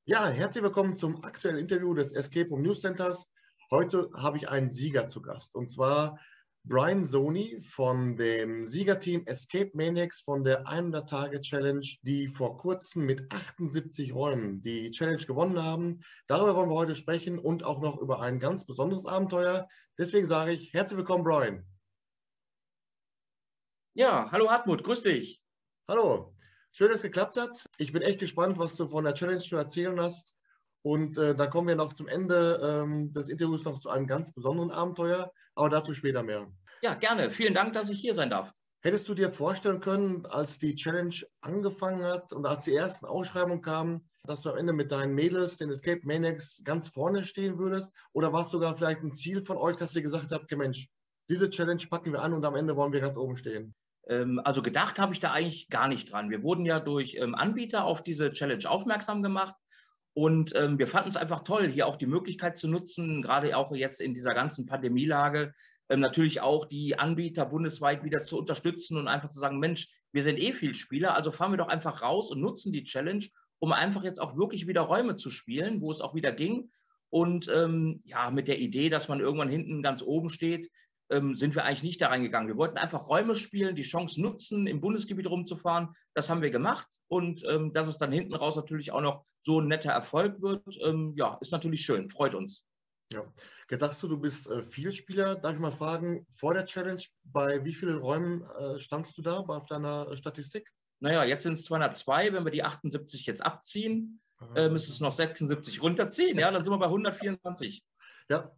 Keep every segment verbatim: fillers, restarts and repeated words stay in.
Ja, herzlich willkommen zum aktuellen Interview des Escape Room News Centers. Heute habe ich einen Sieger zu Gast, und zwar Brian Soni von dem Siegerteam Escape Maniacs von der hundert-Tage-Challenge, die vor kurzem mit achtundsiebzig Räumen die Challenge gewonnen haben. Darüber wollen wir heute sprechen und auch noch über ein ganz besonderes Abenteuer. Deswegen sage ich herzlich willkommen, Brian. Ja, hallo Hartmut, grüß dich. Hallo. Schön, dass es geklappt hat. Ich bin echt gespannt, was du von der Challenge zu erzählen hast. Und äh, dann kommen wir noch zum Ende ähm, des Interviews noch zu einem ganz besonderen Abenteuer, aber dazu später mehr. Ja, gerne. Vielen Dank, dass ich hier sein darf. Hättest du dir vorstellen können, als die Challenge angefangen hat und als die ersten Ausschreibungen kamen, dass du am Ende mit deinen Mädels, den Escape Maniacs, ganz vorne stehen würdest? Oder war es sogar vielleicht ein Ziel von euch, dass ihr gesagt habt, okay, Mensch, diese Challenge packen wir an und am Ende wollen wir ganz oben stehen? Also gedacht habe ich da eigentlich gar nicht dran. Wir wurden ja durch Anbieter auf diese Challenge aufmerksam gemacht und wir fanden es einfach toll, hier auch die Möglichkeit zu nutzen, gerade auch jetzt in dieser ganzen Pandemielage, natürlich auch die Anbieter bundesweit wieder zu unterstützen und einfach zu sagen, Mensch, wir sind eh viel Spieler, also fahren wir doch einfach raus und nutzen die Challenge, um einfach jetzt auch wirklich wieder Räume zu spielen, wo es auch wieder ging. Und ähm, ja, mit der Idee, dass man irgendwann hinten ganz oben steht, ähm, sind wir eigentlich nicht da reingegangen. Wir wollten einfach Räume spielen, die Chance nutzen, im Bundesgebiet rumzufahren. Das haben wir gemacht. Und ähm, dass es dann hinten raus natürlich auch noch so ein netter Erfolg wird, ähm, ja, ist natürlich schön, freut uns. Ja, jetzt sagst du, du bist äh, Vielspieler. Darf ich mal fragen, vor der Challenge, bei wie vielen Räumen äh, standst du da auf deiner äh, Statistik? Naja, jetzt sind es zweihundertzwei, wenn wir die achtundsiebzig jetzt abziehen, äh, müssen es noch sechsundsiebzig runterziehen, ja, dann sind wir bei hundertvierundzwanzig. Ja,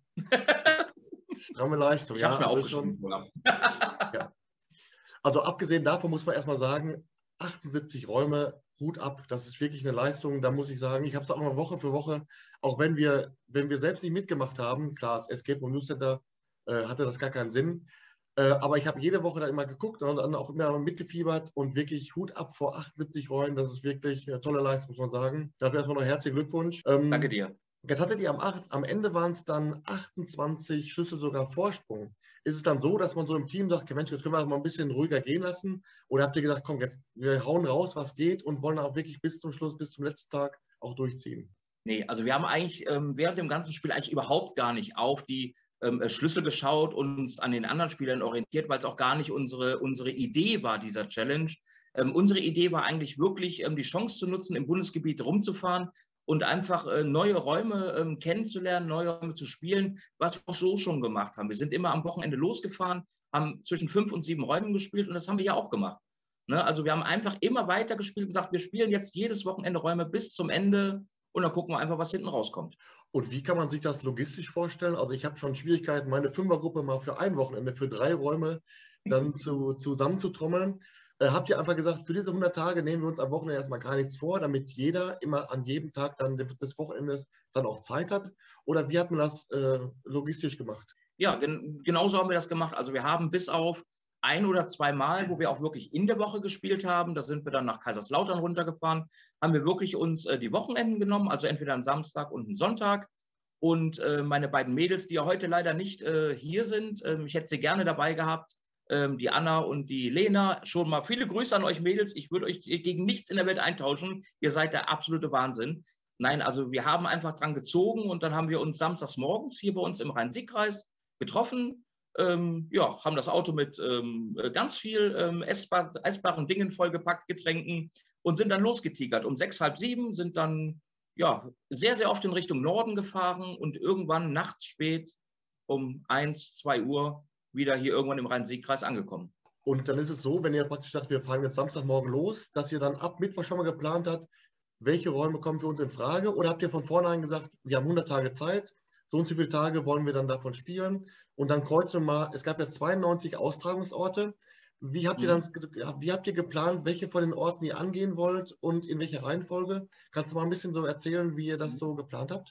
stramme Leistung. Ich ja, habe es mir also aufgeschrieben. schon, ja. Also abgesehen davon muss man erstmal sagen, achtundsiebzig Räume, Hut ab, das ist wirklich eine Leistung. Da muss ich sagen, ich habe es auch immer Woche für Woche, auch wenn wir, wenn wir selbst nicht mitgemacht haben, klar, als Escape Room News Center äh, hatte das gar keinen Sinn. Äh, aber ich habe jede Woche dann immer geguckt und dann auch immer mitgefiebert und wirklich Hut ab vor achtundsiebzig Räumen. Das ist wirklich eine tolle Leistung, muss man sagen. Dafür erstmal noch herzlichen Glückwunsch. Ähm, Danke dir. Jetzt hattet ihr am, acht, am Ende waren es dann achtundzwanzig Schüsse sogar Vorsprung. Ist es dann so, dass man so im Team sagt, okay, Mensch, jetzt können wir das mal ein bisschen ruhiger gehen lassen? Oder habt ihr gesagt, komm, jetzt wir hauen raus, was geht und wollen auch wirklich bis zum Schluss, bis zum letzten Tag auch durchziehen? Nee, also wir haben eigentlich ähm, während dem ganzen Spiel eigentlich überhaupt gar nicht auf die ähm, Schlüssel geschaut und uns an den anderen Spielern orientiert, weil es auch gar nicht unsere, unsere Idee war, dieser Challenge. Ähm, unsere Idee war eigentlich wirklich, ähm, die Chance zu nutzen, im Bundesgebiet rumzufahren und einfach äh, neue Räume ähm, kennenzulernen, neue Räume zu spielen, was wir auch so schon gemacht haben. Wir sind immer am Wochenende losgefahren, haben zwischen fünf und sieben Räumen gespielt und das haben wir ja auch gemacht. Ne? Also wir haben einfach immer weiter gespielt und gesagt, wir spielen jetzt jedes Wochenende Räume bis zum Ende. Und dann gucken wir einfach, was hinten rauskommt. Und wie kann man sich das logistisch vorstellen? Also ich habe schon Schwierigkeiten, meine Fünfergruppe mal für ein Wochenende, für drei Räume dann zu, zusammenzutrommeln. Äh, habt ihr einfach gesagt, für diese hundert Tage nehmen wir uns am Wochenende erstmal gar nichts vor, damit jeder immer an jedem Tag dann des Wochenendes dann auch Zeit hat? Oder wie hat man das äh, logistisch gemacht? Ja, gen genauso haben wir das gemacht. Also wir haben bis auf ein oder zwei Mal, wo wir auch wirklich in der Woche gespielt haben, da sind wir dann nach Kaiserslautern runtergefahren, haben wir wirklich uns äh, die Wochenenden genommen, also entweder einen Samstag und einen Sonntag. Und äh, meine beiden Mädels, die ja heute leider nicht äh, hier sind, äh, ich hätte sie gerne dabei gehabt, äh, die Anna und die Lena. Schon mal viele Grüße an euch Mädels. Ich würde euch gegen nichts in der Welt eintauschen. Ihr seid der absolute Wahnsinn. Nein, also wir haben einfach dran gezogen und dann haben wir uns samstags morgens hier bei uns im Rhein-Sieg-Kreis getroffen. Ähm, ja, haben das Auto mit ähm, ganz viel ähm, essbar, essbaren Dingen vollgepackt, Getränken und sind dann losgetigert. Um sechs, halb sieben sind dann ja, sehr, sehr oft in Richtung Norden gefahren und irgendwann nachts spät um eins, zwei Uhr wieder hier irgendwann im Rhein-Sieg-Kreis angekommen. Und dann ist es so, wenn ihr praktisch sagt, wir fahren jetzt Samstagmorgen los, dass ihr dann ab Mittwoch schon mal geplant habt, welche Räume kommen für uns in Frage? Oder habt ihr von vornherein gesagt, wir haben hundert Tage Zeit, so und so viele Tage wollen wir dann davon spielen? Und dann kreuzen wir mal, es gab ja zweiundneunzig Austragungsorte. Wie habt ihr dann, wie habt ihr geplant, welche von den Orten ihr angehen wollt und in welcher Reihenfolge? Kannst du mal ein bisschen so erzählen, wie ihr das so geplant habt?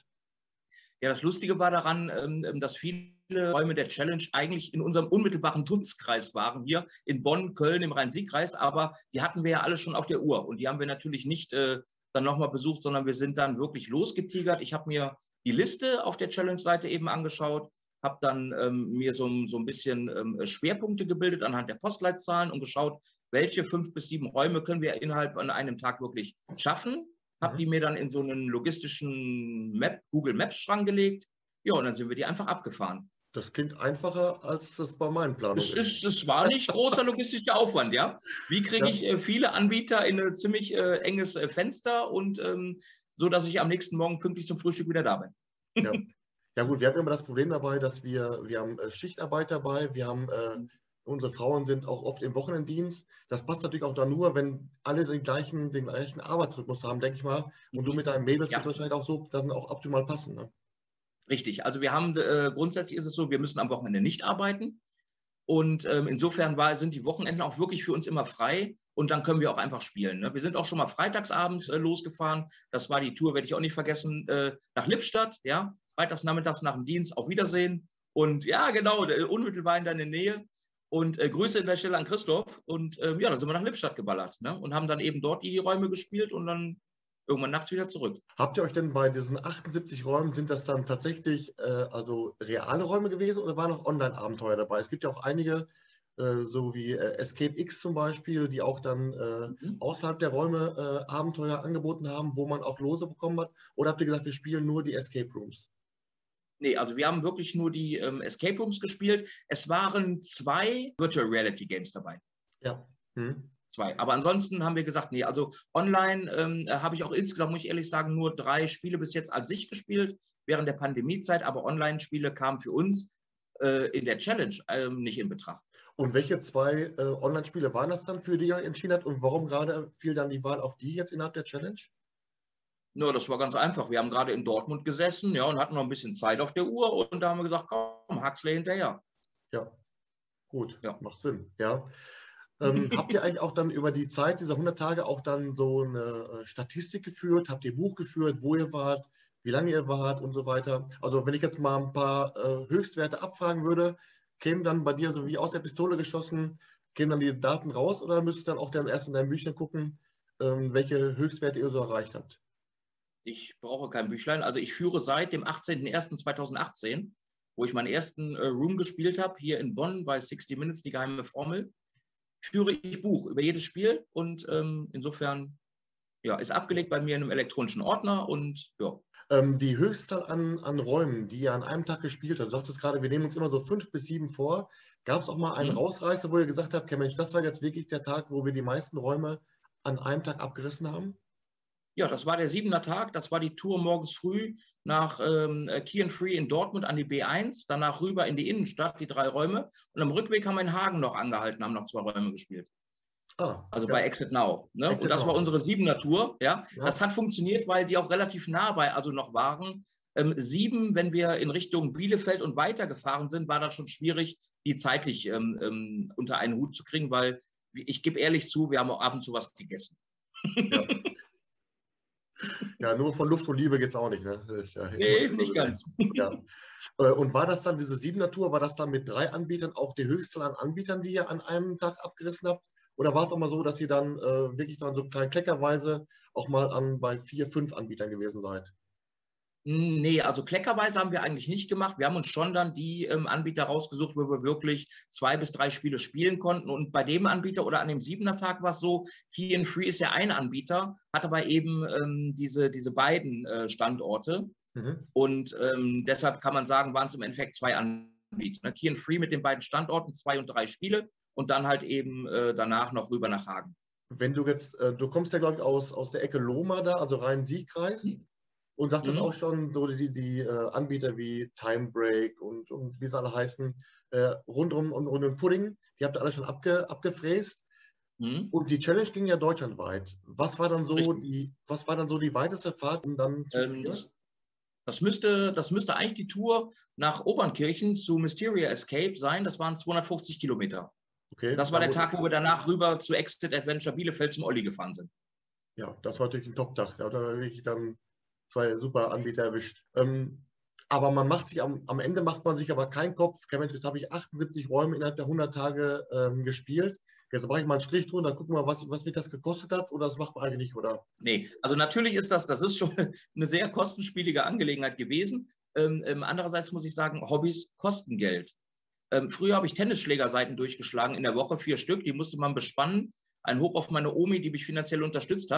Ja, das Lustige war daran, dass viele Räume der Challenge eigentlich in unserem unmittelbaren Dunstkreis waren, hier in Bonn, Köln, im Rhein-Sieg-Kreis, aber die hatten wir ja alle schon auf der Uhr und die haben wir natürlich nicht äh, dann nochmal besucht, sondern wir sind dann wirklich losgetigert. Ich habe mir die Liste auf der Challenge-Seite eben angeschaut, habe dann ähm, mir so, so ein bisschen ähm, Schwerpunkte gebildet anhand der Postleitzahlen und geschaut, welche fünf bis sieben Räume können wir innerhalb von einem Tag wirklich schaffen. habe Mhm. die mir dann in so einen logistischen Map, Google Maps-Schrank gelegt. Ja, und dann sind wir die einfach abgefahren. Das klingt einfacher, als das bei meinen Planungen Es, ist. ist, es war nicht großer logistischer Aufwand, ja. Wie kriege Ja, ich äh, viele Anbieter in ein ziemlich äh, enges äh, Fenster und ähm, so, dass ich am nächsten Morgen pünktlich zum Frühstück wieder da bin. ja. Ja gut, wir haben immer das Problem dabei, dass wir, wir haben äh, Schichtarbeit dabei, wir haben, äh, unsere Frauen sind auch oft im Wochenenddienst. Das passt natürlich auch da nur, wenn alle den gleichen, den gleichen Arbeitsrhythmus haben, denke ich mal. Und du Mhm. mit deinen Mädels wird Ja, wahrscheinlich auch so dann auch optimal passen. Ne? richtig. Also wir haben, äh, grundsätzlich ist es so, wir müssen am Wochenende nicht arbeiten. Und ähm, insofern war, sind die Wochenenden auch wirklich für uns immer frei und dann können wir auch einfach spielen. Ne? Wir sind auch schon mal freitagsabends äh, losgefahren. Das war die Tour, werde ich auch nicht vergessen, äh, nach Lippstadt. Ja? Freitags nachmittags nach dem Dienst, auf Wiedersehen. Und ja, genau, unmittelbar in deiner Nähe. Und äh, Grüße an der Stelle an Christoph. Und äh, ja, dann sind wir nach Lippstadt geballert, ne? Und haben dann eben dort die Räume gespielt und dann irgendwann nachts wieder zurück. Habt ihr euch denn bei diesen achtundsiebzig Räumen, sind das dann tatsächlich äh, also reale Räume gewesen oder waren auch Online-Abenteuer dabei? Es gibt ja auch einige, äh, so wie äh, Escape X zum Beispiel, die auch dann äh, Mhm. außerhalb der Räume äh, Abenteuer angeboten haben, wo man auch Lose bekommen hat. Oder habt ihr gesagt, wir spielen nur die Escape Rooms? Nee, also wir haben wirklich nur die ähm, Escape Rooms gespielt. Es waren zwei Virtual Reality Games dabei. Ja. Hm. Zwei. Aber ansonsten haben wir gesagt, nee, also online ähm, äh, habe ich auch insgesamt, muss ich ehrlich sagen, nur drei Spiele bis jetzt an sich gespielt, während der Pandemiezeit, aber Online-Spiele kamen für uns äh, in der Challenge ähm, nicht in Betracht. Und welche zwei äh, Online-Spiele waren das dann, für die ihr entschieden habt? Und warum gerade fiel dann die Wahl auf die jetzt innerhalb der Challenge? Ja, das war ganz einfach. Wir haben gerade in Dortmund gesessen, ja, und hatten noch ein bisschen Zeit auf der Uhr und da haben wir gesagt, komm, Huxley hinterher. Ja, gut, Ja. macht Sinn. Ja. Ähm, habt ihr eigentlich auch dann über die Zeit dieser hundert Tage auch dann so eine äh, Statistik geführt? Habt ihr Buch geführt, wo ihr wart, wie lange ihr wart und so weiter? Also wenn ich jetzt mal ein paar äh, Höchstwerte abfragen würde, kämen dann bei dir so wie aus der Pistole geschossen, kämen dann die Daten raus oder müsstest du dann auch dann erst in deinem Büchlein gucken, ähm, welche Höchstwerte ihr so erreicht habt? Ich brauche kein Büchlein. Also ich führe seit dem achtzehnten ersten zweitausendachtzehn, wo ich meinen ersten äh, Room gespielt habe, hier in Bonn bei sixty Minutes, die geheime Formel, führe ich Buch über jedes Spiel und ähm, insofern ja, ist abgelegt bei mir in einem elektronischen Ordner und ja. Ähm, die Höchstzahl an, an Räumen, die ihr an einem Tag gespielt habt, du sagtest gerade, wir nehmen uns immer so fünf bis sieben vor. Gab es auch mal einen Hm? Rausreißer, wo ihr gesagt habt, okay, Mensch, das war jetzt wirklich der Tag, wo wir die meisten Räume an einem Tag abgerissen haben? Ja, das war der siebener Tag, das war die Tour morgens früh nach ähm, Key and Free in Dortmund an die B eins, danach rüber in die Innenstadt, die drei Räume. Und am Rückweg haben wir in Hagen noch angehalten, haben noch zwei Räume gespielt. Ah, Also bei ja, Exit Now. Ne? Und Exit das war Now. unsere siebener Tour. Ja? Ja, Das hat funktioniert, weil die auch relativ nah bei, also noch waren. Ähm, sieben, wenn wir in Richtung Bielefeld und weiter gefahren sind, war das schon schwierig, die zeitlich ähm, ähm, unter einen Hut zu kriegen, weil ich gebe ehrlich zu, wir haben auch ab und zu was gegessen. ja. Ja, nur von Luft und Liebe geht es auch nicht, ne? Das ist ja immer Nee, schon so nicht gesehen. ganz. Ja. Äh, Und war das dann, diese siebener Tour, war das dann mit drei Anbietern auch die Höchstzahl an Anbietern, die ihr an einem Tag abgerissen habt? Oder war es auch mal so, dass ihr dann äh, wirklich dann so klein kleckerweise auch mal an bei vier, fünf Anbietern gewesen seid? Nee, also kleckerweise haben wir eigentlich nicht gemacht. Wir haben uns schon dann die ähm, Anbieter rausgesucht, wo wir wirklich zwei bis drei Spiele spielen konnten. Und bei dem Anbieter oder an dem siebener Tag war es so, Key and Free ist ja ein Anbieter, hat aber eben ähm, diese, diese beiden äh, Standorte. Mhm. Und ähm, deshalb kann man sagen, waren es im Endeffekt zwei Anbieter. Ne? Key and Free mit den beiden Standorten, zwei und drei Spiele und dann halt eben äh, danach noch rüber nach Hagen. Wenn du jetzt, äh, du kommst ja, glaube ich, aus, aus der Ecke Lohmar da, also Rhein-Sieg-Kreis, und sagtest auch Mhm. schon, so die, die äh, Anbieter wie Time Break und, und wie sie alle heißen, äh, rundum und, und den Pudding, die habt ihr alle schon abge, abgefräst. Mhm. Und die Challenge ging ja deutschlandweit. Was war dann so Richtig. die, was war dann so die weiteste Fahrt, um dann zu Ähm, spielen? das, Das müsste, das müsste eigentlich die Tour nach Obernkirchen zu Mysteria Escape sein. Das waren zweihundertfünfzig Kilometer. Und Okay, das war ja der gut. Tag, wo wir danach rüber zu Exit Adventure Bielefeld zum Olli gefahren sind. Ja, das war natürlich ein Top-Tag. Da hat er wirklich dann zwei super Anbieter erwischt. Ähm, aber man macht sich am, am Ende macht man sich aber keinen Kopf. Okay, Mensch, jetzt habe ich achtundsiebzig Räume innerhalb der hundert Tage ähm, gespielt. Jetzt mache ich mal einen Strich drunter, gucken wir, was, was mich das gekostet hat, oder das macht man eigentlich nicht, oder? Nee, also natürlich ist das, das ist schon eine sehr kostenspielige Angelegenheit gewesen. Ähm, ähm, andererseits muss ich sagen, Hobbys kosten Geld. Ähm, früher habe ich Tennisschlägerseiten durchgeschlagen in der Woche, vier Stück, die musste man bespannen. Ein Hoch auf meine Omi, die mich finanziell unterstützt hat.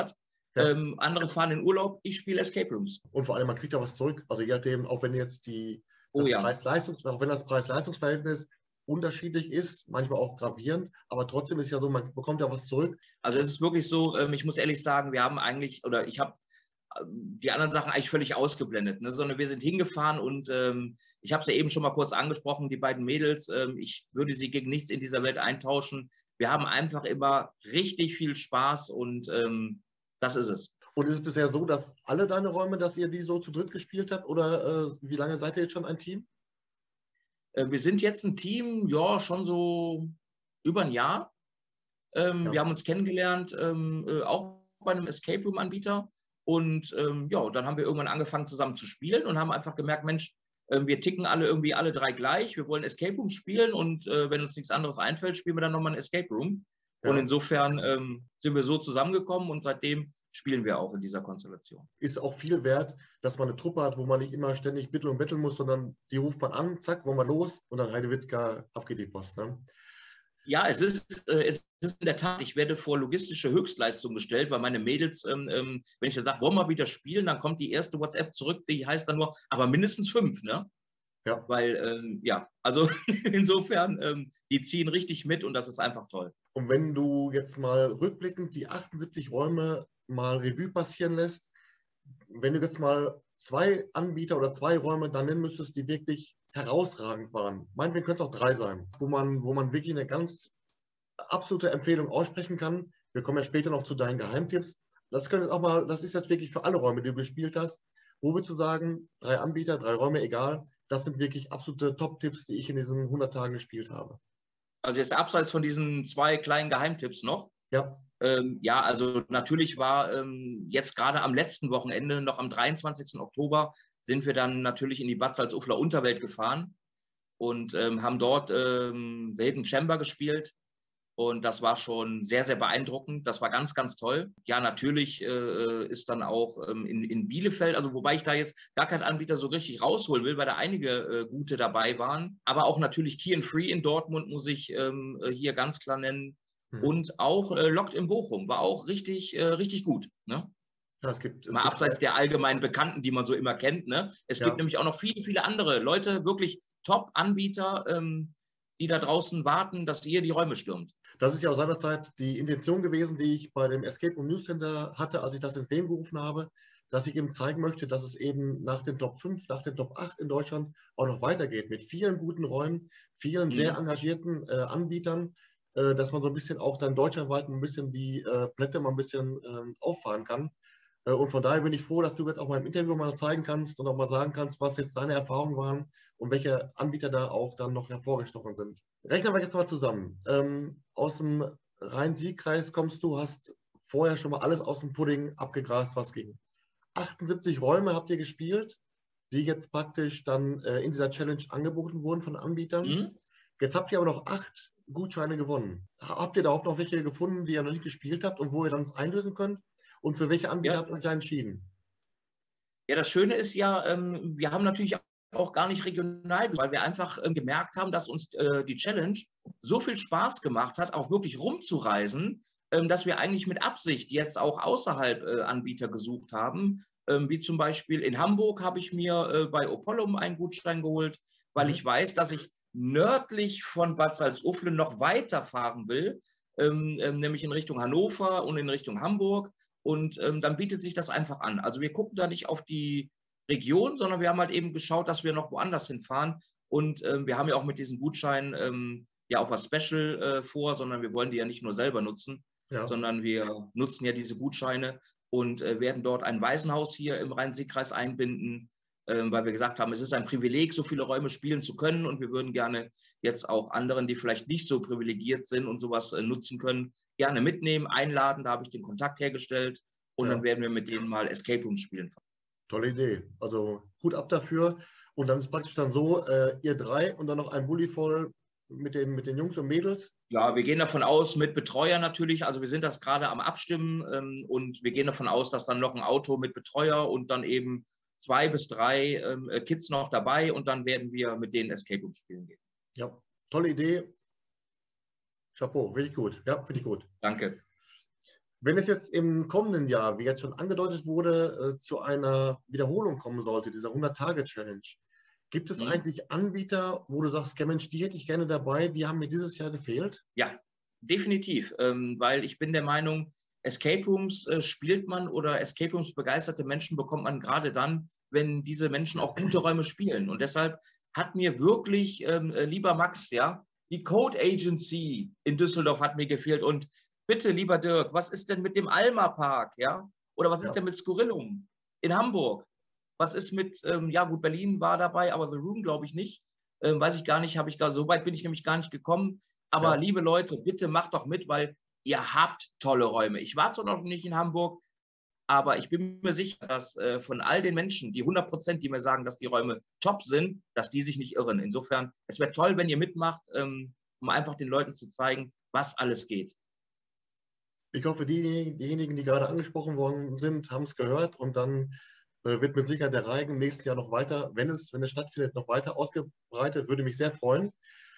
Ja. Ähm, andere fahren in Urlaub, ich spiele Escape Rooms. Und vor allem, man kriegt ja was zurück. Also je nachdem, auch wenn jetzt die, Oh das ja. Preis-Leistungs, auch wenn das Preis-Leistungs-Verhältnis unterschiedlich ist, manchmal auch gravierend, aber trotzdem ist ja so, man bekommt ja was zurück. Also es ist wirklich so, ähm, ich muss ehrlich sagen, wir haben eigentlich, oder ich habe ähm, die anderen Sachen eigentlich völlig ausgeblendet, ne? Sondern wir sind hingefahren und ähm, ich habe es ja eben schon mal kurz angesprochen, die beiden Mädels, ähm, ich würde sie gegen nichts in dieser Welt eintauschen. Wir haben einfach immer richtig viel Spaß und ähm, das ist es. Und ist es bisher so, dass alle deine Räume, dass ihr die so zu dritt gespielt habt? Oder äh, wie lange seid ihr jetzt schon ein Team? Äh, wir sind jetzt ein Team, ja, schon so über ein Jahr. Ähm, Ja. wir haben uns kennengelernt, ähm, äh, auch bei einem Escape Room-Anbieter. Und ähm, ja, dann haben wir irgendwann angefangen zusammen zu spielen und haben einfach gemerkt, Mensch, äh, wir ticken alle irgendwie alle drei gleich. Wir wollen Escape Room spielen und äh, wenn uns nichts anderes einfällt, spielen wir dann nochmal ein Escape Room. Und Ja. insofern ähm, sind wir so zusammengekommen und seitdem spielen wir auch in dieser Konstellation. Ist auch viel wert, dass man eine Truppe hat, wo man nicht immer ständig bitteln und betteln muss, sondern die ruft man an, zack, wollen wir los und dann Heidewitzka, ab geht die Post. Ne? Ja, es ist, äh, es ist in der Tat, ich werde vor logistische Höchstleistungen gestellt, weil meine Mädels, ähm, ähm, wenn ich dann sage, wollen wir wieder spielen, dann kommt die erste WhatsApp zurück, die heißt dann nur, aber mindestens fünf, ne? Ja. Weil, ähm, ja, also insofern, ähm, die ziehen richtig mit und das ist einfach toll. Und wenn du jetzt mal rückblickend die achtundsiebzig Räume mal Revue passieren lässt, wenn du jetzt mal zwei Anbieter oder zwei Räume dann nennen müsstest, die wirklich herausragend waren, meinetwegen können es auch drei sein, wo man, wo man wirklich eine ganz absolute Empfehlung aussprechen kann. Wir kommen ja später noch zu deinen Geheimtipps. Das können jetzt auch mal, das ist jetzt wirklich für alle Räume, die du gespielt hast. Wo würdest du sagen, drei Anbieter, drei Räume, egal, das sind wirklich absolute Top-Tipps, die ich in diesen hundert Tagen gespielt habe. Also jetzt abseits von diesen zwei kleinen Geheimtipps noch. Ja. Ähm, ja, also natürlich war ähm, jetzt gerade am letzten Wochenende, noch am dreiundzwanzigsten Oktober, sind wir dann natürlich in die Bad Salzufler Unterwelt gefahren und ähm, haben dort ähm, The Hidden Chamber gespielt. Und das war schon sehr, sehr beeindruckend. Das war ganz, ganz toll. Ja, natürlich äh, ist dann auch ähm, in, in Bielefeld, also wobei ich da jetzt gar keinen Anbieter so richtig rausholen will, weil da einige äh, gute dabei waren. Aber auch natürlich Key and Free in Dortmund muss ich ähm, hier ganz klar nennen. Hm. Und auch äh, Locked in Bochum war auch richtig, äh, richtig gut. Ne? Ja, es gibt, es Mal gibt abseits der allgemeinen Bekannten, die man so immer kennt. Ne? Es ja. gibt nämlich auch noch viele, viele andere Leute, wirklich Top-Anbieter, ähm, die da draußen warten, dass ihr die Räume stürmt. Das ist ja auch seinerzeit die Intention gewesen, die ich bei dem Escape Room News Center hatte, als ich das ins Leben gerufen habe, dass ich eben zeigen möchte, dass es eben nach den Top fünf, nach den Top acht in Deutschland auch noch weitergeht mit vielen guten Räumen, vielen Mhm. sehr engagierten äh, Anbietern, äh, dass man so ein bisschen auch dann deutschlandweit ein bisschen die äh, Plätze mal ein bisschen äh, auffahren kann. Äh, und von daher bin ich froh, dass du jetzt auch mal im Interview mal zeigen kannst und auch mal sagen kannst, was jetzt deine Erfahrungen waren und welche Anbieter da auch dann noch hervorgestochen sind. Rechnen wir jetzt mal zusammen. Ähm, aus dem Rhein-Sieg-Kreis kommst du, hast vorher schon mal alles aus dem Pudding abgegrast, was ging. achtundsiebzig Räume habt ihr gespielt, die jetzt praktisch dann äh, in dieser Challenge angeboten wurden von Anbietern. Mhm. Jetzt habt ihr aber noch acht Gutscheine gewonnen. Habt ihr da auch noch welche gefunden, die ihr noch nicht gespielt habt und wo ihr dann es einlösen könnt? Und für welche Anbieter Ja. habt ihr euch da entschieden? Ja, das Schöne ist ja, ähm, wir haben natürlich auch gar nicht regional, weil wir einfach ähm, gemerkt haben, dass uns äh, die Challenge so viel Spaß gemacht hat, auch wirklich rumzureisen, ähm, dass wir eigentlich mit Absicht jetzt auch außerhalb äh, Anbieter gesucht haben. Ähm, wie zum Beispiel in Hamburg habe ich mir äh, bei Opollum einen Gutschein geholt, weil Mhm. ich weiß, dass ich nördlich von Bad Salzuflen noch weiterfahren will, ähm, ähm, nämlich in Richtung Hannover und in Richtung Hamburg. Und ähm, dann bietet sich das einfach an. Also wir gucken da nicht auf die Region, sondern wir haben halt eben geschaut, dass wir noch woanders hinfahren. Und ähm, wir haben ja auch mit diesen Gutscheinen ähm, ja auch was Special äh, vor, sondern wir wollen die ja nicht nur selber nutzen, Ja. sondern wir nutzen ja diese Gutscheine und äh, werden dort ein Waisenhaus hier im Rhein-Sieg-Kreis einbinden, äh, weil wir gesagt haben, es ist ein Privileg, so viele Räume spielen zu können und wir würden gerne jetzt auch anderen, die vielleicht nicht so privilegiert sind und sowas äh, nutzen können, gerne mitnehmen, einladen. Da habe ich den Kontakt hergestellt und Ja. dann werden wir mit denen mal Escape Rooms spielen. Tolle Idee. Also Hut ab dafür. Und dann ist praktisch dann so, äh, ihr drei und dann noch ein Bulli voll mit den, mit den Jungs und Mädels. Ja, wir gehen davon aus, mit Betreuer natürlich, also wir sind das gerade am Abstimmen ähm, und wir gehen davon aus, dass dann noch ein Auto mit Betreuer und dann eben zwei bis drei ähm, Kids noch dabei und dann werden wir mit denen Escape Rooms spielen gehen. Ja, tolle Idee. Chapeau, richtig gut. Ja, finde ich gut. Danke. Wenn es jetzt im kommenden Jahr, wie jetzt schon angedeutet wurde, äh, zu einer Wiederholung kommen sollte, dieser hundert-Tage-Challenge, gibt es Hm? eigentlich Anbieter, wo du sagst, ja Mensch, die hätte ich gerne dabei, die haben mir dieses Jahr gefehlt? Ja, definitiv, ähm, weil ich bin der Meinung, Escape Rooms äh, spielt man oder Escape Rooms begeisterte Menschen bekommt man gerade dann, wenn diese Menschen auch gute Räume spielen. Und deshalb hat mir wirklich, ähm, äh, lieber Max, ja, die Code Agency in Düsseldorf hat mir gefehlt. Und bitte, lieber Dirk, was ist denn mit dem Alma Park, ja? Oder was ist Ja. denn mit Scorillum in Hamburg? Was ist mit, ähm, ja gut, Berlin war dabei, aber The Room glaube ich nicht. Ähm, weiß ich gar nicht, habe ich gar, so weit bin ich nämlich gar nicht gekommen. Aber Ja. liebe Leute, bitte macht doch mit, weil ihr habt tolle Räume. Ich war zwar noch nicht in Hamburg, aber ich bin mir sicher, dass äh, von all den Menschen, die hundert Prozent, die mir sagen, dass die Räume top sind, dass die sich nicht irren. Insofern, es wäre toll, wenn ihr mitmacht, ähm, um einfach den Leuten zu zeigen, was alles geht. Ich hoffe, die, diejenigen, die gerade angesprochen worden sind, haben es gehört und dann äh, wird mit Sicherheit der Reigen im nächsten Jahr noch weiter, wenn es, wenn es stattfindet, noch weiter ausgebreitet. Würde mich sehr freuen.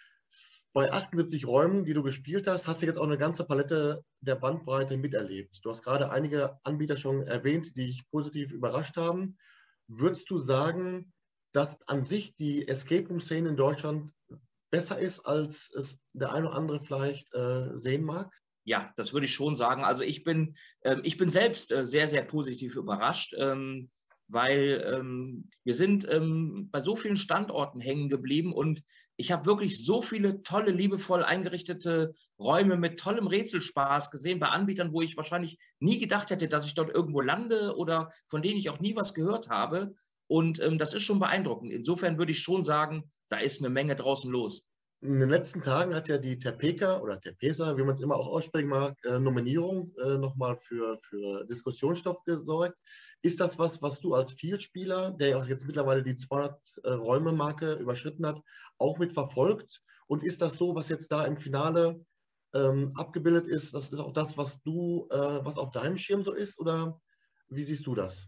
Bei achtundsiebzig Räumen, die du gespielt hast, hast du jetzt auch eine ganze Palette der Bandbreite miterlebt. Du hast gerade einige Anbieter schon erwähnt, die dich positiv überrascht haben. Würdest du sagen, dass an sich die Escape Room-Szene in Deutschland besser ist, als es der eine oder andere vielleicht äh, sehen mag? Ja, das würde ich schon sagen. Also ich bin, ähm, ich bin selbst äh, sehr, sehr positiv überrascht, ähm, weil ähm, wir sind ähm, bei so vielen Standorten hängen geblieben und ich habe wirklich so viele tolle, liebevoll eingerichtete Räume mit tollem Rätselspaß gesehen bei Anbietern, wo ich wahrscheinlich nie gedacht hätte, dass ich dort irgendwo lande oder von denen ich auch nie was gehört habe. Und ähm, das ist schon beeindruckend. Insofern würde ich schon sagen, da ist eine Menge draußen los. In den letzten Tagen hat ja die Terpeka oder Terpesa, wie man es immer auch aussprechen mag, äh, Nominierung äh, nochmal für, für Diskussionsstoff gesorgt. Ist das was, was du als Vielspieler, der ja auch jetzt mittlerweile die zweihundert-Räume-Marke überschritten hat, auch mitverfolgt? Und ist das so, was jetzt da im Finale ähm, abgebildet ist, das ist auch das, was du, äh, was auf deinem Schirm so ist? Oder wie siehst du das?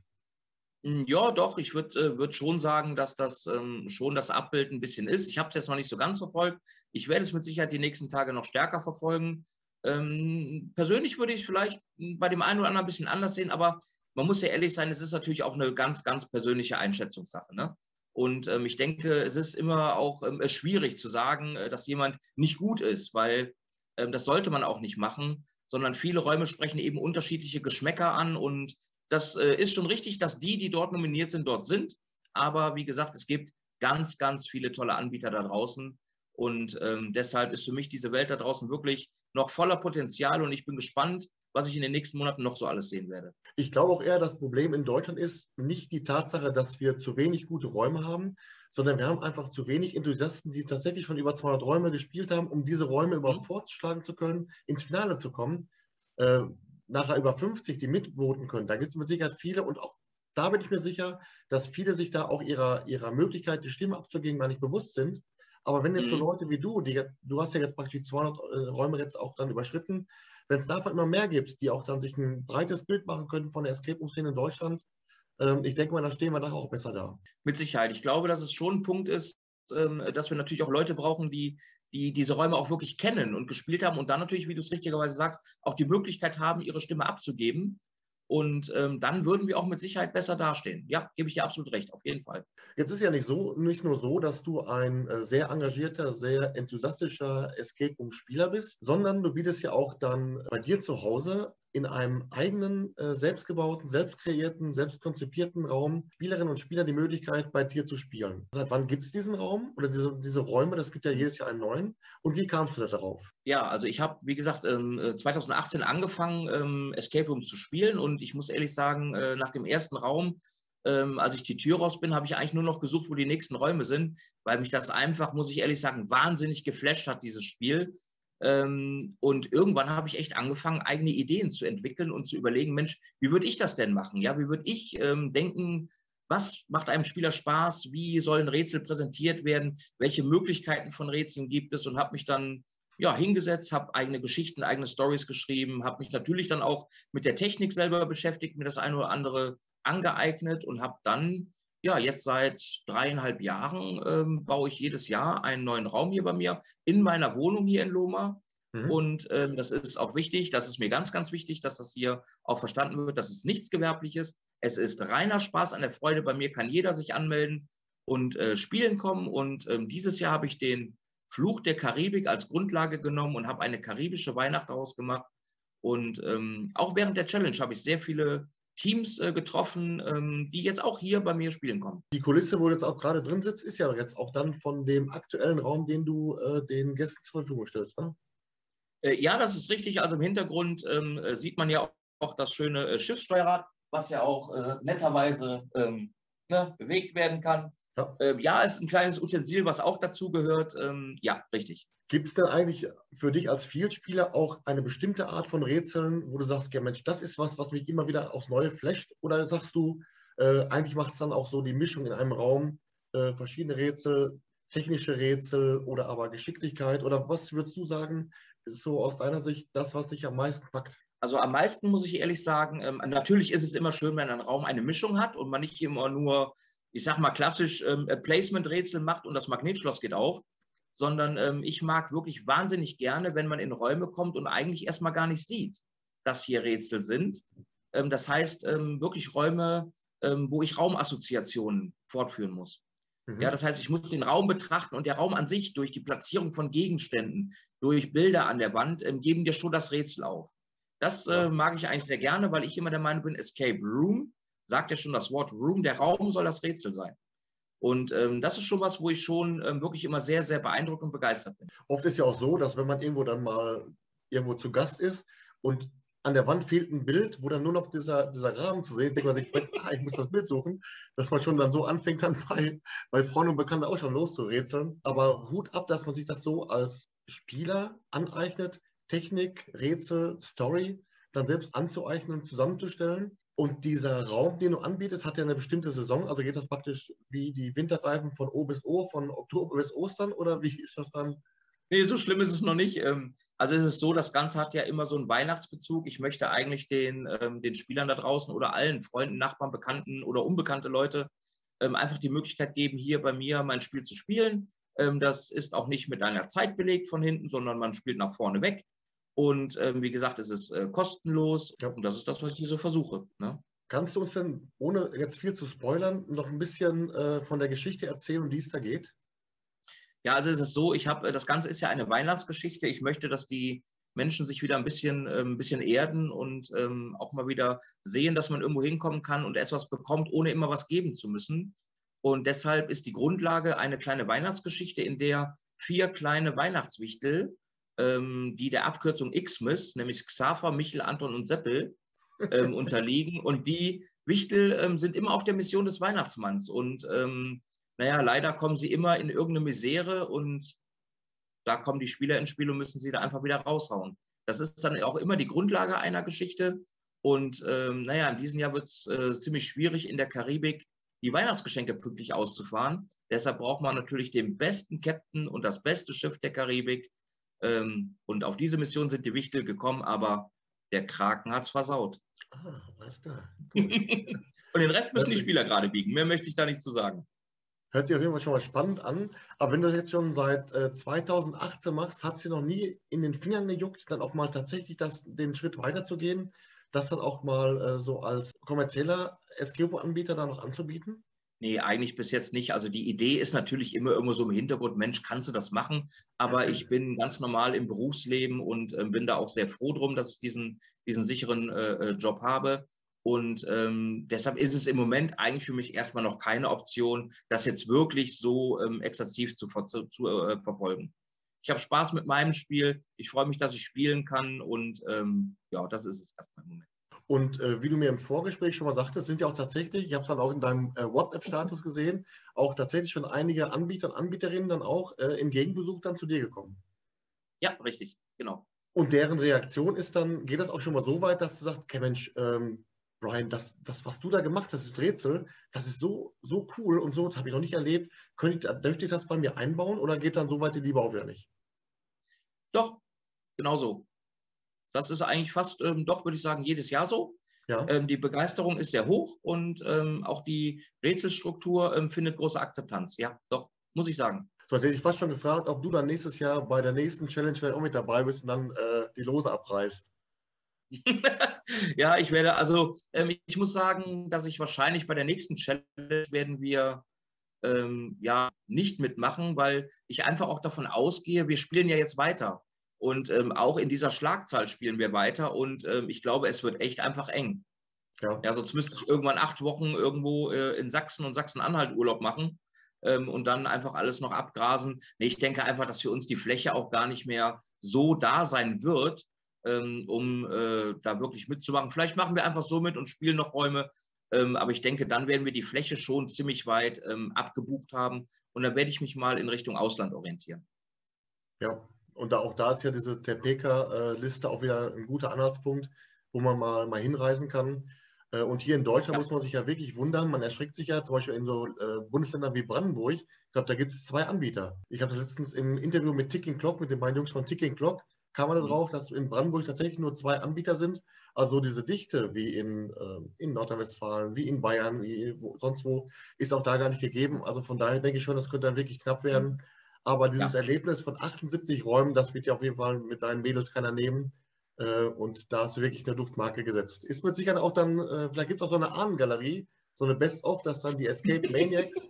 Hm, ja, doch, ich würde äh, würd schon sagen, dass das ähm, schon das Abbild ein bisschen ist. Ich habe es jetzt noch nicht so ganz verfolgt. Ich werde es mit Sicherheit die nächsten Tage noch stärker verfolgen. Ähm, persönlich würde ich es vielleicht hm, bei dem einen oder anderen ein bisschen anders sehen, aber man muss ja ehrlich sein, es ist natürlich auch eine ganz, ganz persönliche Einschätzungssache, ne? Und ähm, ich denke, es ist immer auch ähm, schwierig zu sagen, äh, dass jemand nicht gut ist, weil ähm, das sollte man auch nicht machen, sondern viele Räume sprechen eben unterschiedliche Geschmäcker an und das äh, ist schon richtig, dass die, die dort nominiert sind, dort sind. Aber wie gesagt, es gibt ganz, ganz viele tolle Anbieter da draußen. Und ähm, deshalb ist für mich diese Welt da draußen wirklich noch voller Potenzial. Und ich bin gespannt, was ich in den nächsten Monaten noch so alles sehen werde. Ich glaube auch eher, das Problem in Deutschland ist nicht die Tatsache, dass wir zu wenig gute Räume haben, sondern wir haben einfach zu wenig Enthusiasten, die tatsächlich schon über zweihundert Räume gespielt haben, um diese Räume überhaupt Hm? vorzuschlagen zu können, ins Finale zu kommen. Äh, nachher über fünfzig, die mitvoten können. Da gibt es mit Sicherheit viele und auch da bin ich mir sicher, dass viele sich da auch ihrer, ihrer Möglichkeit, die Stimme abzugeben, gar nicht bewusst sind. Aber wenn jetzt so Hm? Leute wie du, die, du hast ja jetzt praktisch die zweihundert äh, Räume jetzt auch dann überschritten, wenn es davon immer mehr gibt, die auch dann sich ein breites Bild machen können von der Escape Room-Szene in Deutschland, ähm, ich denke mal, da stehen wir nachher auch besser da. Mit Sicherheit. Ich glaube, dass es schon ein Punkt ist, ähm, dass wir natürlich auch Leute brauchen, die, die diese Räume auch wirklich kennen und gespielt haben und dann natürlich, wie du es richtigerweise sagst, auch die Möglichkeit haben, ihre Stimme abzugeben. Und ähm, dann würden wir auch mit Sicherheit besser dastehen. Ja, gebe ich dir absolut recht, auf jeden Fall. Jetzt ist ja nicht so, nicht nur so, dass du ein äh, sehr engagierter, sehr enthusiastischer Escape Room-Spieler bist, sondern du bietest ja auch dann bei dir zu Hause in einem eigenen, äh, selbstgebauten, selbst kreierten, selbst konzipierten Raum Spielerinnen und Spieler die Möglichkeit, bei dir zu spielen. Seit wann gibt es diesen Raum oder diese, diese Räume? Das gibt ja jedes Jahr einen neuen. Und wie kamst du da darauf? Ja, also ich habe, wie gesagt, ähm, zwanzig achtzehn angefangen, ähm, Escape Room zu spielen und ich muss ehrlich sagen, äh, nach dem ersten Raum, ähm, als ich die Tür raus bin, habe ich eigentlich nur noch gesucht, wo die nächsten Räume sind, weil mich das einfach, muss ich ehrlich sagen, wahnsinnig geflasht hat, dieses Spiel. Ähm, und irgendwann habe ich echt angefangen, eigene Ideen zu entwickeln und zu überlegen, Mensch, wie würde ich das denn machen? Ja, wie würde ich ähm, denken, was macht einem Spieler Spaß? Wie sollen Rätsel präsentiert werden? Welche Möglichkeiten von Rätseln gibt es? Und habe mich dann ja, hingesetzt, habe eigene Geschichten, eigene Stories geschrieben, habe mich natürlich dann auch mit der Technik selber beschäftigt, mir das eine oder andere angeeignet und habe dann, ja, jetzt seit dreieinhalb Jahren ähm, baue ich jedes Jahr einen neuen Raum hier bei mir in meiner Wohnung hier in Lohmar. Mhm. Und ähm, das ist auch wichtig, das ist mir ganz, ganz wichtig, dass das hier auch verstanden wird, dass es nichts Gewerbliches. Es ist reiner Spaß an der Freude. Bei mir kann jeder sich anmelden und äh, spielen kommen. Und ähm, dieses Jahr habe ich den Fluch der Karibik als Grundlage genommen und habe eine karibische Weihnacht daraus gemacht. Und ähm, auch während der Challenge habe ich sehr viele Teams äh, getroffen, ähm, die jetzt auch hier bei mir spielen kommen. Die Kulisse, wo du jetzt auch gerade drin sitzt, ist ja jetzt auch dann von dem aktuellen Raum, den du äh, den Gästen zur Verfügung stellst, ne? Äh, ja, das ist richtig. Also im Hintergrund ähm, äh, sieht man ja auch, auch das schöne äh, Schiffssteuerrad, was ja auch äh, netterweise ähm, ne, bewegt werden kann. Ja. Äh, ja, ist ein kleines Utensil, was auch dazu gehört. Ähm, ja, richtig. Gibt es denn eigentlich für dich als Vielspieler auch eine bestimmte Art von Rätseln, wo du sagst, ja Mensch, das ist was, was mich immer wieder aufs Neue flasht? Oder sagst du, äh, eigentlich macht es dann auch so die Mischung in einem Raum, äh, verschiedene Rätsel, technische Rätsel oder aber Geschicklichkeit? Oder was würdest du sagen, ist so aus deiner Sicht das, was dich am meisten packt? Also am meisten muss ich ehrlich sagen, ähm, natürlich ist es immer schön, wenn ein Raum eine Mischung hat und man nicht immer nur, ich sag mal, klassisch ähm, Placement-Rätsel macht und das Magnetschloss geht auf, sondern ähm, ich mag wirklich wahnsinnig gerne, wenn man in Räume kommt und eigentlich erstmal gar nicht sieht, dass hier Rätsel sind. Ähm, das heißt, ähm, wirklich Räume, ähm, wo ich Raumassoziationen fortführen muss. Ja, Mhm. das heißt, ich muss den Raum betrachten und der Raum an sich durch die Platzierung von Gegenständen, durch Bilder an der Wand, ähm, geben dir schon das Rätsel auf. Das äh, Ja. mag ich eigentlich sehr gerne, weil ich immer der Meinung bin, Escape Room, sagt ja schon das Wort Room, der Raum soll das Rätsel sein. Und ähm, das ist schon was, wo ich schon ähm, wirklich immer sehr, sehr beeindruckt und begeistert bin. Oft ist ja auch so, dass wenn man irgendwo dann mal irgendwo zu Gast ist und an der Wand fehlt ein Bild, wo dann nur noch dieser, dieser Rahmen zu sehen ist, denkt man sich, ah, ich muss das Bild suchen, dass man schon dann so anfängt, dann bei, bei Freunden und Bekannten auch schon loszurätseln. Aber Hut ab, dass man sich das so als Spieler aneignet, Technik, Rätsel, Story dann selbst anzueignen und zusammenzustellen. Und dieser Raum, den du anbietest, hat ja eine bestimmte Saison. Also geht das praktisch wie die Winterreifen von O bis O, von Oktober bis Ostern, oder wie ist das dann? Nee, so schlimm ist es noch nicht. Ähm, Also es ist so, das Ganze hat ja immer so einen Weihnachtsbezug. Ich möchte eigentlich den, ähm, den Spielern da draußen oder allen Freunden, Nachbarn, Bekannten oder unbekannte Leute ähm, einfach die Möglichkeit geben, hier bei mir mein Spiel zu spielen. Ähm, das ist auch nicht mit einer Zeit belegt von hinten, sondern man spielt nach vorne weg. Und ähm, wie gesagt, es ist äh, kostenlos Ja. und das ist das, was ich hier so versuche. Ne? Kannst du uns denn, ohne jetzt viel zu spoilern, noch ein bisschen äh, von der Geschichte erzählen, um die es da geht? Ja, also es ist so, ich habe, das Ganze ist ja eine Weihnachtsgeschichte. Ich möchte, dass die Menschen sich wieder ein bisschen, äh, ein bisschen erden und ähm, auch mal wieder sehen, dass man irgendwo hinkommen kann und etwas bekommt, ohne immer was geben zu müssen. Und deshalb ist die Grundlage eine kleine Weihnachtsgeschichte, in der vier kleine Weihnachtswichtel, ähm, die der Abkürzung Xmas, nämlich Xaver, Michel, Anton und Seppel, ähm, unterliegen. Und die Wichtel ähm, sind immer auf der Mission des Weihnachtsmanns. Und ähm, naja, leider kommen sie immer in irgendeine Misere und da kommen die Spieler ins Spiel und müssen sie da einfach wieder raushauen. Das ist dann auch immer die Grundlage einer Geschichte. Und ähm, naja, in diesem Jahr wird es äh, ziemlich schwierig, in der Karibik die Weihnachtsgeschenke pünktlich auszufahren. Deshalb braucht man natürlich den besten Captain und das beste Schiff der Karibik. Ähm, und auf diese Mission sind die Wichtel gekommen, aber der Kraken hat es versaut. Ah, alles klar. Und Gut. den Rest müssen Hört die sich, Spieler gerade biegen. Mehr möchte ich da nicht zu sagen. hört sich auf jeden Fall schon mal spannend an. Aber wenn du das jetzt schon seit äh, zweitausendachtzehn machst, hat es dir noch nie in den Fingern gejuckt, dann auch mal tatsächlich das, den Schritt weiterzugehen, das dann auch mal äh, so als kommerzieller Escape-Anbieter dann noch anzubieten? Nee, eigentlich bis jetzt nicht. Also die Idee ist natürlich immer irgendwo so im Hintergrund, Mensch, kannst du das machen? Aber ich bin ganz normal im Berufsleben und äh, bin da auch sehr froh drum, dass ich diesen, diesen sicheren äh, Job habe. Und ähm, deshalb ist es im Moment eigentlich für mich erstmal noch keine Option, das jetzt wirklich so ähm, exzessiv zu, zu, zu äh, verfolgen. Ich habe Spaß mit meinem Spiel. Ich freue mich, dass ich spielen kann. Und ähm, ja, das ist es erstmal im Moment. Und äh, wie du mir im Vorgespräch schon mal sagtest, sind ja auch tatsächlich, ich habe es dann auch in deinem äh, WhatsApp-Status gesehen, auch tatsächlich schon einige Anbieter und Anbieterinnen dann auch äh, im Gegenbesuch dann zu dir gekommen. Ja, richtig, genau. Und deren Reaktion ist dann, geht das auch schon mal so weit, dass du sagst, okay Mensch, ähm, Brian, das, das, was du da gemacht hast, das Rätsel, das ist so, so cool und so, das habe ich noch nicht erlebt. Könnte ich, dürfte ich das bei mir einbauen oder geht dann so weit die Liebe auch wieder nicht? Doch, genau so. Das ist eigentlich fast, ähm, doch würde ich sagen, jedes Jahr so. Ja. Ähm, die Begeisterung ist sehr hoch und ähm, auch die Rätselstruktur ähm, findet große Akzeptanz. Ja, doch, muss ich sagen. So, hätte ich fast schon gefragt, ob du dann nächstes Jahr bei der nächsten Challenge vielleicht auch mit dabei bist und dann äh, die Lose abreißt. Ja, ich werde, also ähm, ich muss sagen, dass ich wahrscheinlich bei der nächsten Challenge werden wir ähm, ja nicht mitmachen, weil ich einfach auch davon ausgehe, wir spielen ja jetzt weiter. Und ähm, auch in dieser Schlagzahl spielen wir weiter. Und ähm, ich glaube, es wird echt einfach eng. Ja. Ja, sonst müsste ich irgendwann acht Wochen irgendwo äh, in Sachsen und Sachsen-Anhalt Urlaub machen ähm, und dann einfach alles noch abgrasen. Nee, ich denke einfach, dass für uns die Fläche auch gar nicht mehr so da sein wird, ähm, um äh, da wirklich mitzumachen. Vielleicht machen wir einfach so mit und spielen noch Räume. Ähm, aber ich denke, dann werden wir die Fläche schon ziemlich weit ähm, abgebucht haben. Und dann werde ich mich mal in Richtung Ausland orientieren. Ja, und da, auch da ist ja diese T P K-Liste auch wieder ein guter Anhaltspunkt, wo man mal, mal hinreisen kann. Äh, Und hier in Deutschland Ja. muss man sich ja wirklich wundern. Man erschrickt sich ja zum Beispiel in so äh, Bundesländern wie Brandenburg. Ich glaube, da gibt es zwei Anbieter. Ich habe das letztens im Interview mit Ticking Clock, mit den beiden Jungs von Ticking Clock, kam man Mhm. darauf, dass in Brandenburg tatsächlich nur zwei Anbieter sind. Also diese Dichte wie in, äh, in Nordrhein-Westfalen, wie in Bayern, wie wo, sonst wo, ist auch da gar nicht gegeben. Also von daher denke ich schon, das könnte dann wirklich knapp werden. Aber dieses Ja. Erlebnis von achtundsiebzig Räumen, das wird ja auf jeden Fall mit deinen Mädels keiner nehmen. Äh, und da hast du wirklich eine Duftmarke gesetzt. Ist mit Sicherheit auch dann, äh, vielleicht gibt es auch so eine Ahnengalerie, so eine Best-of, dass dann die Escape Maniacs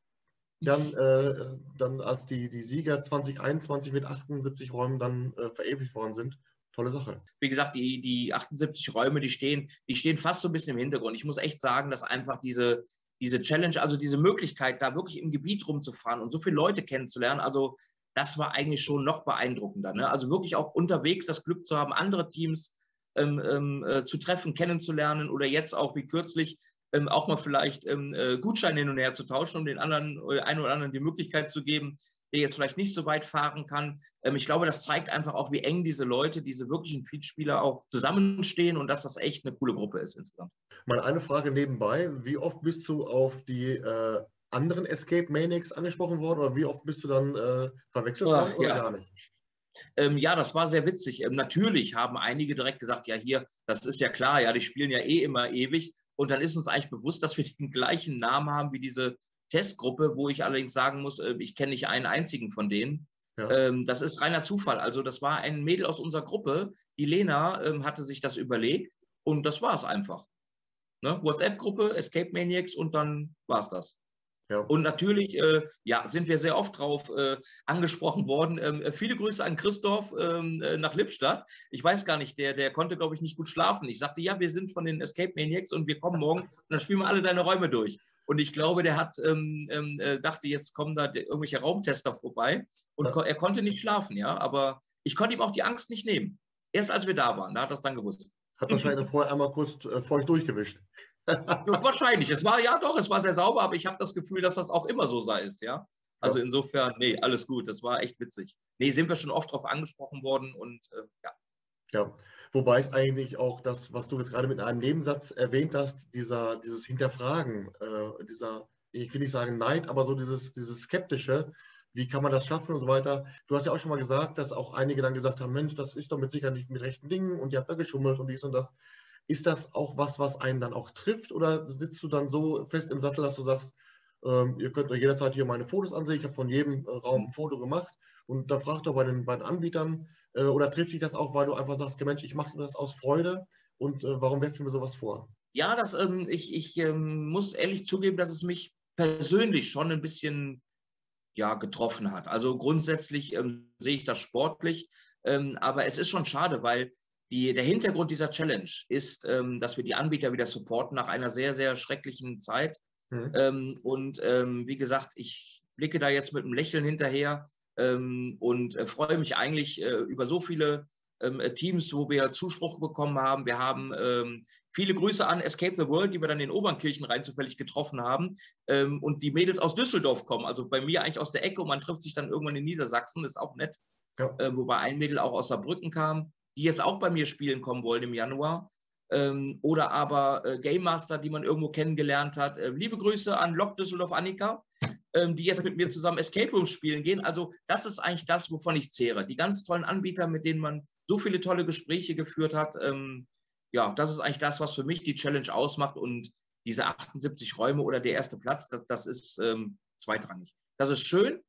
dann, äh, dann als die, die Sieger zwanzig einundzwanzig mit achtundsiebzig Räumen dann äh, verewigt worden sind. Tolle Sache. Wie gesagt, die, die achtundsiebzig Räume, die stehen, die stehen fast so ein bisschen im Hintergrund. Ich muss echt sagen, dass einfach diese, diese Challenge, also diese Möglichkeit, da wirklich im Gebiet rumzufahren und so viele Leute kennenzulernen, also das war eigentlich schon noch beeindruckender. Ne? Also wirklich auch unterwegs das Glück zu haben, andere Teams ähm, ähm, äh, zu treffen, kennenzulernen oder jetzt auch wie kürzlich ähm, auch mal vielleicht ähm, äh, Gutscheine hin und her zu tauschen, um den anderen, äh, einen oder anderen die Möglichkeit zu geben, der jetzt vielleicht nicht so weit fahren kann. Ähm, ich glaube, das zeigt einfach auch, wie eng diese Leute, diese wirklichen Feed-Spieler auch zusammenstehen und dass das echt eine coole Gruppe ist insgesamt. Mal eine Frage nebenbei. Wie oft bist du auf die äh, anderen Escape Maniacs angesprochen worden oder wie oft bist du dann äh, verwechselt Oh, worden oder ja. gar nicht? Ähm, ja, das war sehr witzig. Ähm, natürlich haben einige direkt gesagt, ja hier, das ist ja klar, ja, die spielen ja eh immer ewig. Und dann ist uns eigentlich bewusst, dass wir den gleichen Namen haben wie diese Testgruppe, wo ich allerdings sagen muss, äh, ich kenne nicht einen einzigen von denen. Ja. Ähm, das ist reiner Zufall. Also das war ein Mädel aus unserer Gruppe, die Lena ähm, hatte sich das überlegt und das war es einfach. Ne? WhatsApp-Gruppe, Escape Maniacs und dann war es das. Ja. Und natürlich, äh, ja, sind wir sehr oft drauf äh, angesprochen worden. Ähm, äh, viele Grüße an Christoph ähm, äh, nach Lippstadt. Ich weiß gar nicht, der, der konnte, glaube ich, nicht gut schlafen. Ich sagte, ja, wir sind von den Escape Maniacs und wir kommen morgen und dann spielen wir alle deine Räume durch. Und ich glaube, der hat ähm, ähm, äh, dachte, jetzt kommen da irgendwelche Raumtester vorbei und ko Ja. er konnte nicht schlafen, ja. Aber ich konnte ihm auch die Angst nicht nehmen. Erst als wir da waren, da hat er es dann gewusst. Hat wahrscheinlich vorher einmal kurz äh, feucht durchgewischt. Ja, wahrscheinlich. Es war ja doch, es war sehr sauber, aber ich habe das Gefühl, dass das auch immer so sei ist, ja. Also Ja. insofern, nee, alles gut. Das war echt witzig. Nee, sind wir schon oft drauf angesprochen worden und äh, ja. Ja, wobei es eigentlich auch das, was du jetzt gerade mit einem Nebensatz erwähnt hast, dieser, dieses Hinterfragen, äh, dieser, ich will nicht sagen Neid, aber so dieses, dieses Skeptische, wie kann man das schaffen und so weiter. Du hast ja auch schon mal gesagt, dass auch einige dann gesagt haben, Mensch, das ist doch mit Sicherheit nicht mit rechten Dingen und ihr habt da geschummelt und dies und das. Ist das auch was, was einen dann auch trifft oder sitzt du dann so fest im Sattel, dass du sagst, ähm, ihr könnt euch jederzeit hier meine Fotos ansehen, ich habe von jedem äh, Raum ein Hm. Foto gemacht und dann fragt doch bei den, bei den Anbietern, äh, oder trifft dich das auch, weil du einfach sagst, Mensch, ich mache das aus Freude und äh, warum werft ihr mir sowas vor? Ja, das, ähm, ich, ich ähm, muss ehrlich zugeben, dass es mich persönlich schon ein bisschen ja, getroffen hat. Also grundsätzlich ähm, sehe ich das sportlich, ähm, aber es ist schon schade, weil die, der Hintergrund dieser Challenge ist, ähm, dass wir die Anbieter wieder supporten nach einer sehr, sehr schrecklichen Zeit. Mhm. Ähm, und ähm, wie gesagt, ich blicke da jetzt mit einem Lächeln hinterher ähm, und äh, freue mich eigentlich äh, über so viele ähm, Teams, wo wir Zuspruch bekommen haben. Wir haben ähm, viele Grüße an Escape the World, die wir dann in Obernkirchen rein zufällig getroffen haben. Ähm, und die Mädels aus Düsseldorf kommen, also bei mir eigentlich aus der Ecke und man trifft sich dann irgendwann in Niedersachsen, ist auch nett. Ja. Äh, wobei ein Mädel auch aus Saarbrücken kam, die jetzt auch bei mir spielen kommen wollen im Januar. Ähm, oder aber äh, Game Master, die man irgendwo kennengelernt hat. Äh, liebe Grüße an Lok Düsseldorf Annika, ähm, die jetzt mit mir zusammen Escape Rooms spielen gehen. Also das ist eigentlich das, wovon ich zehre. Die ganz tollen Anbieter, mit denen man so viele tolle Gespräche geführt hat. Ähm, ja, das ist eigentlich das, was für mich die Challenge ausmacht. Und diese achtundsiebzig Räume oder der erste Platz, das, das ist ähm, zweitrangig. Das ist schön,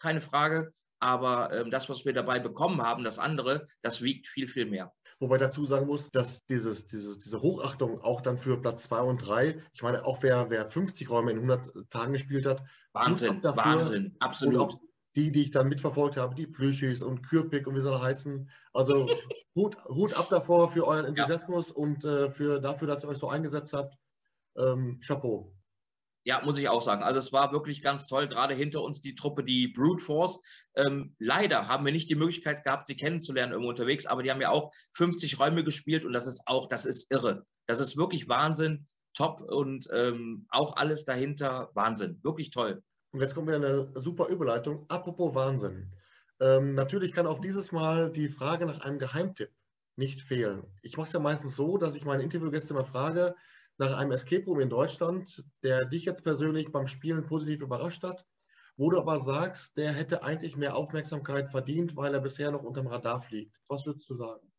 keine Frage. Aber ähm, das, was wir dabei bekommen haben, das andere, das wiegt viel, viel mehr. Wobei dazu sagen muss, dass dieses, dieses, diese Hochachtung auch dann für Platz zwei und drei, ich meine, auch wer, wer fünfzig Räume in hundert Tagen gespielt hat, Hut ab Wahnsinn, dafür. Wahnsinn, Und absolut. auch die, die ich dann mitverfolgt habe, die Plüschis und Kürpik und wie sie alle heißen. Also Hut, Hut ab davor für euren Enthusiasmus ja. und äh, für, dafür, dass ihr euch so eingesetzt habt. Ähm, Chapeau. Ja, muss ich auch sagen. Also es war wirklich ganz toll, gerade hinter uns die Truppe, die Brute Force. Ähm, leider haben wir nicht die Möglichkeit gehabt, sie kennenzulernen irgendwo unterwegs, aber die haben ja auch fünfzig Räume gespielt und das ist auch, das ist irre. Das ist wirklich Wahnsinn, top und ähm, auch alles dahinter, Wahnsinn, wirklich toll. Und jetzt kommt wieder eine super Überleitung. Apropos Wahnsinn. Ähm, natürlich kann auch dieses Mal die Frage nach einem Geheimtipp nicht fehlen. Ich mache es ja meistens so, dass ich meine Interviewgäste mal frage, nach einem Escape Room in Deutschland, der dich jetzt persönlich beim Spielen positiv überrascht hat, wo du aber sagst, der hätte eigentlich mehr Aufmerksamkeit verdient, weil er bisher noch unterm Radar fliegt. Was würdest du sagen?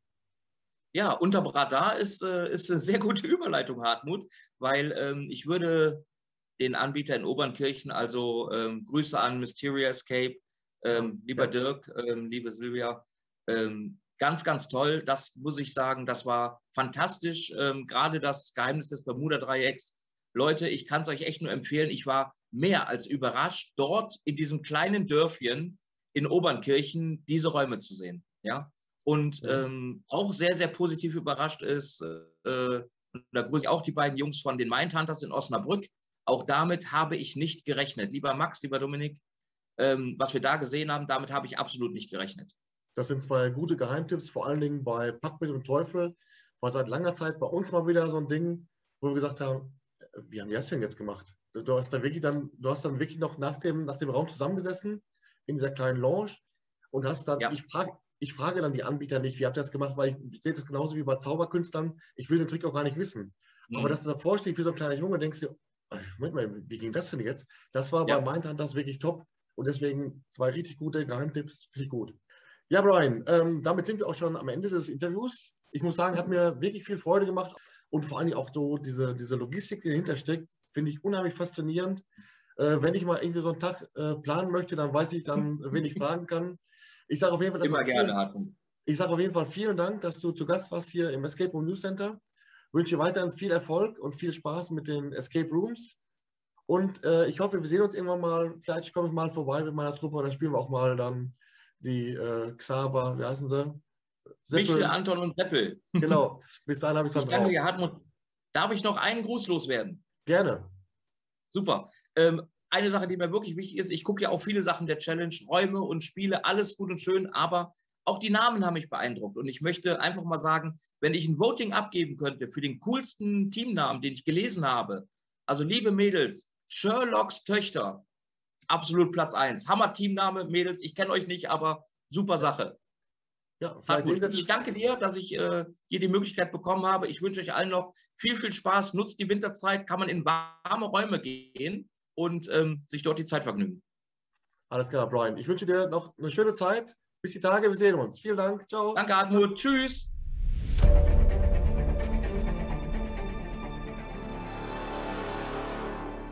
Ja, unterm Radar ist, äh, ist eine sehr gute Überleitung, Hartmut, weil ähm, ich würde den Anbieter in Obernkirchen, also ähm, Grüße an Mysteria Escape, ähm, ja, lieber ja. Dirk, ähm, liebe Silvia, ähm, ganz, ganz toll. Das muss ich sagen, das war fantastisch. Ähm, gerade das Geheimnis des Bermuda-Dreiecks. Leute, ich kann es euch echt nur empfehlen. Ich war mehr als überrascht, dort in diesem kleinen Dörfchen in Obernkirchen diese Räume zu sehen. Ja? Und ja. Ähm, auch sehr, sehr positiv überrascht ist, äh, da grüße ich auch die beiden Jungs von den Mindhunters in Osnabrück. Auch damit habe ich nicht gerechnet. Lieber Max, lieber Dominik, ähm, was wir da gesehen haben, damit habe ich absolut nicht gerechnet. Das sind zwei gute Geheimtipps, vor allen Dingen bei Packbild und Teufel. War seit langer Zeit bei uns mal wieder so ein Ding, wo wir gesagt haben, wie haben die das denn jetzt gemacht? Du hast dann wirklich, dann, du hast dann wirklich noch nach dem, nach dem Raum zusammengesessen, in dieser kleinen Lounge und hast dann, ja. ich, frage, ich frage dann die Anbieter nicht, wie habt ihr das gemacht, weil ich sehe das genauso wie bei Zauberkünstlern, ich will den Trick auch gar nicht wissen. Mhm. Aber dass du davor stehst wie so ein kleiner Junge, denkst du, Moment mal, wie ging das denn jetzt? Das war ja. bei Mindhunters wirklich top und deswegen zwei richtig gute Geheimtipps, finde ich gut. Ja, Brian, ähm, damit sind wir auch schon am Ende des Interviews. Ich muss sagen, hat mir wirklich viel Freude gemacht und vor allem auch so diese, diese Logistik, die dahinter steckt, finde ich unheimlich faszinierend. Äh, wenn ich mal irgendwie so einen Tag äh, planen möchte, dann weiß ich dann, wen ich fragen kann. Ich sage auf jeden Fall, Immer gerne, Hartmut. Ich sage auf jeden Fall vielen Dank, dass du zu Gast warst hier im Escape Room News Center. Ich wünsche dir weiterhin viel Erfolg und viel Spaß mit den Escape Rooms. Und äh, ich hoffe, wir sehen uns irgendwann mal. Vielleicht komme ich mal vorbei mit meiner Truppe, dann spielen wir auch mal dann die äh, Xaver, wie heißen sie? Seppel. Michel, Anton und Seppel. Genau, bis dahin habe ich es dann drauf. Danke dir, Hartmut. Darf ich noch einen Gruß loswerden? Gerne. Super. Ähm, eine Sache, die mir wirklich wichtig ist, ich gucke ja auch viele Sachen der Challenge, Räume und Spiele, alles gut und schön, aber auch die Namen haben mich beeindruckt. Und ich möchte einfach mal sagen, wenn ich ein Voting abgeben könnte für den coolsten Teamnamen, den ich gelesen habe, also liebe Mädels, Sherlocks Töchter, absolut Platz eins. Hammer-Teamname, Mädels, ich kenne euch nicht, aber super Sache. Ja, ich danke dir, dass ich äh, hier die Möglichkeit bekommen habe. Ich wünsche euch allen noch viel, viel Spaß. Nutzt die Winterzeit, kann man in warme Räume gehen und ähm, sich dort die Zeit vergnügen. Alles klar, Brian. Ich wünsche dir noch eine schöne Zeit. Bis die Tage, wir sehen uns. Vielen Dank. Ciao. Danke, Hartmut. Tschüss.